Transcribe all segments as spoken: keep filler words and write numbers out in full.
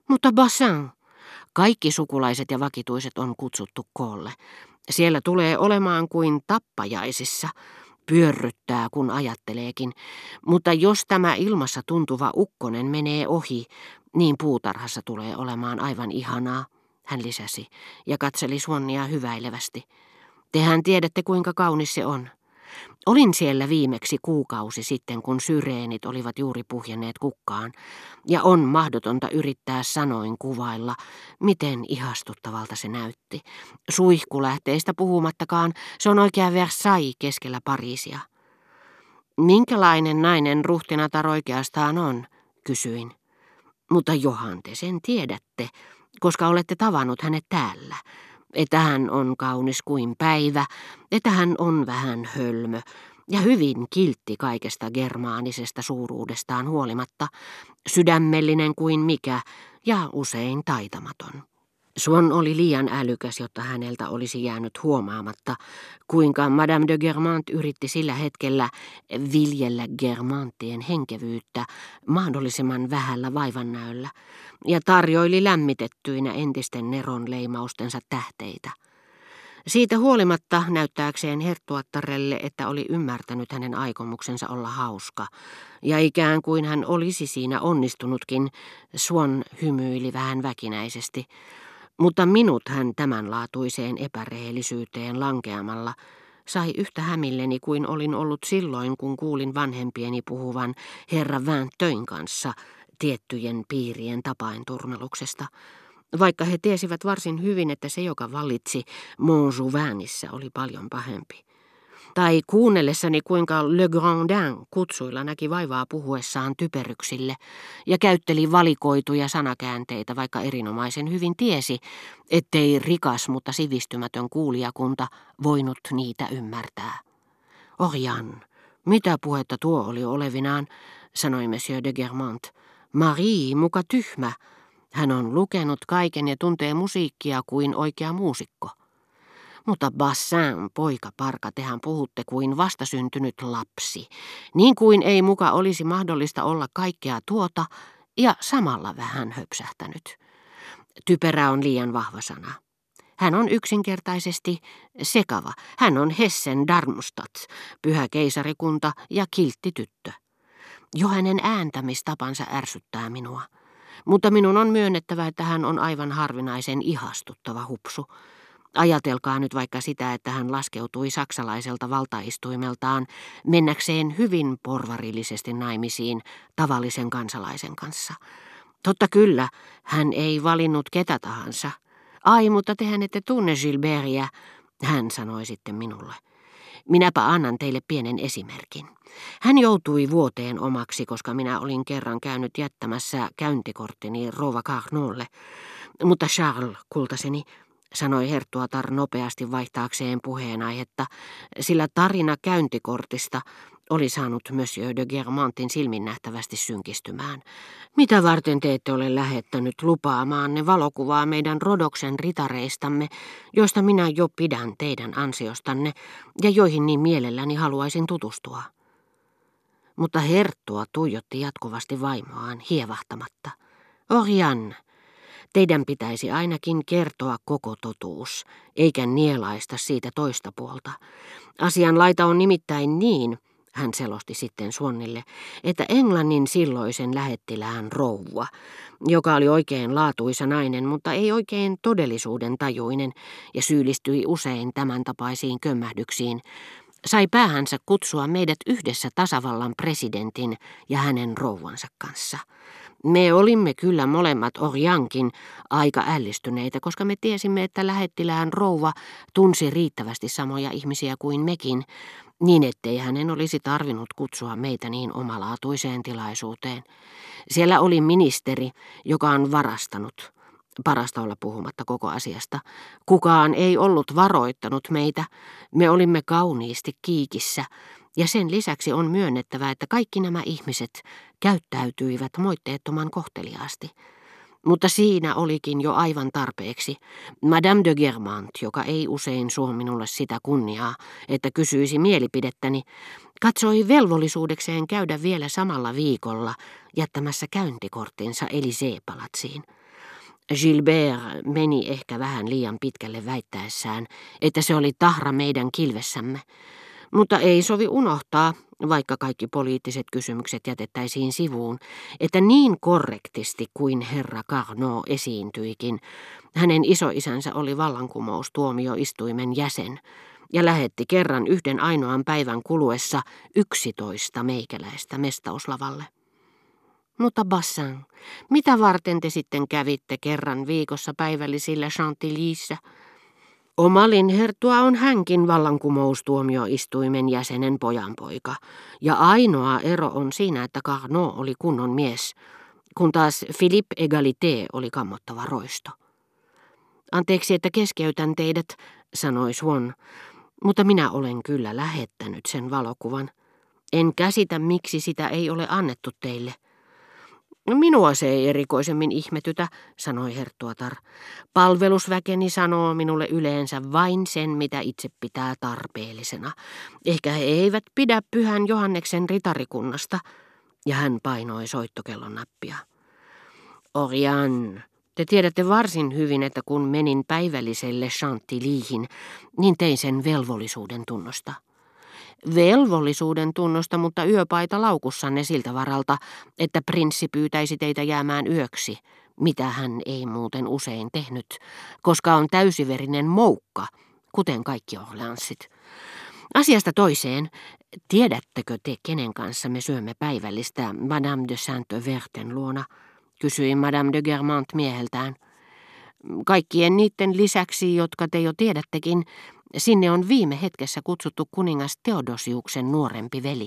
Mutta Bassin, kaikki sukulaiset ja vakituiset on kutsuttu koolle. Siellä tulee olemaan kuin tappajaisissa. Pyörryttää, kun ajatteleekin. Mutta jos tämä ilmassa tuntuva ukkonen menee ohi, niin puutarhassa tulee olemaan aivan ihanaa, hän lisäsi ja katseli Swannia hyväilevästi. Tehän tiedätte, kuinka kaunis se on. Olin siellä viimeksi kuukausi sitten, kun syreenit olivat juuri puhjenneet kukkaan, ja on mahdotonta yrittää sanoin kuvailla, miten ihastuttavalta se näytti. Suihkulähteistä puhumattakaan, se on oikea Versailles keskellä Pariisia. Minkälainen nainen ruhtinatar oikeastaan on, kysyin. Mutta johan te sen tiedätte, koska olette tavannut hänet täällä. Että hän on kaunis kuin päivä, että hän on vähän hölmö ja hyvin kiltti kaikesta germaanisesta suuruudestaan huolimatta, sydämellinen kuin mikä ja usein taitamaton. Swan oli liian älykäs, jotta häneltä olisi jäänyt huomaamatta, kuinka Madame de Guermantes yritti sillä hetkellä viljellä Guermantsien henkevyyttä mahdollisimman vähällä vaivannäöllä ja tarjoili lämmitettyinä entisten Neron leimaustensa tähteitä. Siitä huolimatta näyttääkseen herttuattarelle, että oli ymmärtänyt hänen aikomuksensa olla hauska, ja ikään kuin hän olisi siinä onnistunutkin, Swan hymyili vähän väkinäisesti. Mutta minut hän tämänlaatuiseen epärehellisyyteen lankeamalla sai yhtä hämilleni kuin olin ollut silloin, kun kuulin vanhempieni puhuvan herra Vinteuil'n kanssa tiettyjen piirien tapainturmeluksesta, vaikka he tiesivät varsin hyvin, että se, joka vallitsi Montjouvainissa, oli paljon pahempi. Tai kuunnellessani, kuinka Le Grandin kutsuilla näki vaivaa puhuessaan typeryksille ja käytteli valikoituja sanakäänteitä, vaikka erinomaisen hyvin tiesi, ettei rikas, mutta sivistymätön kuulijakunta voinut niitä ymmärtää. Orian, mitä puhetta tuo oli olevinaan, sanoi Monsieur de Guermantes. Marie muka tyhmä. Hän on lukenut kaiken ja tuntee musiikkia kuin oikea muusikko. Mutta Bassin, poika parka, tehän puhutte kuin vastasyntynyt lapsi, niin kuin ei muka olisi mahdollista olla kaikkea tuota ja samalla vähän höpsähtänyt. Typerä on liian vahva sana. Hän on yksinkertaisesti sekava. Hän on Hessen Darmstadt, pyhä keisarikunta ja kiltti tyttö. Jo hänen ääntämistapansa ärsyttää minua. Mutta minun on myönnettävä, että hän on aivan harvinaisen ihastuttava hupsu. Ajatelkaa nyt vaikka sitä, että hän laskeutui saksalaiselta valtaistuimeltaan mennäkseen hyvin porvarillisesti naimisiin tavallisen kansalaisen kanssa. Totta kyllä, hän ei valinnut ketä tahansa. Ai, mutta tehän ette tunne Gilbertia, hän sanoi sitten minulle. Minäpä annan teille pienen esimerkin. Hän joutui vuoteen omaksi, koska minä olin kerran käynyt jättämässä käyntikorttini rouva Carnolle. Mutta Charles, kultaseni, sanoi herttuatar nopeasti vaihtaakseen puheenaihetta, sillä tarina käyntikortista oli saanut Monsieur de Guermantesin silmin nähtävästi synkistymään. Mitä varten te ette ole lähettänyt lupaamaanne valokuvaa meidän Rodoksen ritareistamme, joista minä jo pidän teidän ansiostanne ja joihin niin mielelläni haluaisin tutustua? Mutta herttua tuijotti jatkuvasti vaimoaan hievahtamatta. Orian, teidän pitäisi ainakin kertoa koko totuus, eikä nielaista siitä toista puolta. Asian laita on nimittäin niin, hän selosti sitten Swannille, että Englannin silloisen lähettilään rouva, joka oli oikein laatuisa nainen, mutta ei oikein todellisuuden tajuinen ja syyllistyi usein tämän tapaisiin kömmähdyksiin, sai päähänsä kutsua meidät yhdessä tasavallan presidentin ja hänen rouvansa kanssa. Me olimme kyllä molemmat Oriankin aika ällistyneitä, koska me tiesimme, että lähettilään rouva tunsi riittävästi samoja ihmisiä kuin mekin, niin ettei hänen olisi tarvinnut kutsua meitä niin omalaatuiseen tilaisuuteen. Siellä oli ministeri, joka on varastanut, parasta olla puhumatta koko asiasta. Kukaan ei ollut varoittanut meitä, me olimme kauniisti kiikissä. Ja sen lisäksi on myönnettävä, että kaikki nämä ihmiset käyttäytyivät moitteettoman kohteliaasti. Mutta siinä olikin jo aivan tarpeeksi. Madame de Guermantes, joka ei usein suo minulle sitä kunniaa, että kysyisi mielipidettäni, katsoi velvollisuudekseen käydä vielä samalla viikolla jättämässä käyntikorttinsa Élysée-palatsiin. Gilbert meni ehkä vähän liian pitkälle väittäessään, että se oli tahra meidän kilvessämme, mutta ei sovi unohtaa, vaikka kaikki poliittiset kysymykset jätettäisiin sivuun, että niin korrektisti kuin herra Carnot esiintyikin, hänen isoisänsä oli vallankumoustuomioistuimen jäsen ja lähetti kerran yhden ainoan päivän kuluessa yksitoista meikäläistä mestauslavalle. Mutta Bassin, mitä varten te sitten kävitte kerran viikossa päivällisillä Chantillyssä? Omalin herttua on hänkin vallankumoustuomioistuimen jäsenen pojanpoika, ja ainoa ero on siinä, että Carnot oli kunnon mies, kun taas Philippe Égalité oli kammottava roisto. Anteeksi, että keskeytän teidät, sanoi Swann, mutta minä olen kyllä lähettänyt sen valokuvan. En käsitä, miksi sitä ei ole annettu teille. Minua se ei erikoisemmin ihmetytä, sanoi herttuatar. Palvelusväkeni sanoo minulle yleensä vain sen, mitä itse pitää tarpeellisena. Ehkä he eivät pidä Pyhän Johanneksen ritarikunnasta. Ja hän painoi soittokellon nappia. Oriane, te tiedätte varsin hyvin, että kun menin päivälliselle Chantillyhin, niin tein sen velvollisuuden tunnosta. Velvollisuuden tunnosta, mutta yöpaita laukussanne siltä varalta, että prinssi pyytäisi teitä jäämään yöksi, mitä hän ei muuten usein tehnyt, koska on täysiverinen moukka, kuten kaikki Orleanssit. Asiasta toiseen, tiedättekö te, kenen kanssa me syömme päivällistä Madame de Saint-Verten luona, kysyi Madame de Guermantes mieheltään. Kaikkien niiden lisäksi, jotka te jo tiedättekin, sinne on viime hetkessä kutsuttu kuningas Theodosiuksen nuorempi veli.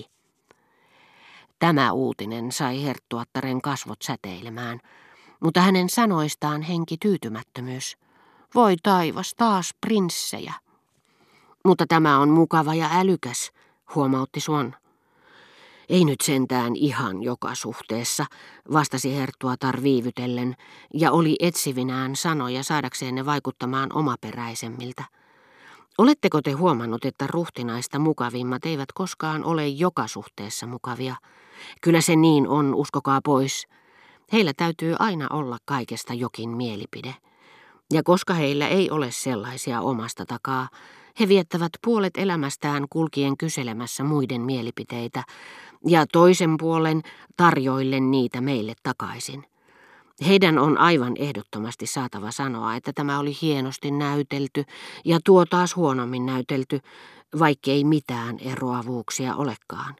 Tämä uutinen sai herttuattaren kasvot säteilemään, mutta hänen sanoistaan henki tyytymättömyys. Voi taivas, taas prinssejä. Mutta tämä on mukava ja älykäs, huomautti Swann. Ei nyt sentään ihan joka suhteessa, vastasi herttuatar viivytellen, ja oli etsivinään sanoja saadakseen ne vaikuttamaan omaperäisemmiltä. Oletteko te huomannut, että ruhtinaista mukavimmat eivät koskaan ole joka suhteessa mukavia? Kyllä se niin on, uskokaa pois. Heillä täytyy aina olla kaikesta jokin mielipide. Ja koska heillä ei ole sellaisia omasta takaa, he viettävät puolet elämästään kulkien kyselemässä muiden mielipiteitä ja toisen puolen tarjoillen niitä meille takaisin. Heidän on aivan ehdottomasti saatava sanoa, että tämä oli hienosti näytelty ja tuo taas huonommin näytelty, vaikkei mitään eroavuuksia olekaan.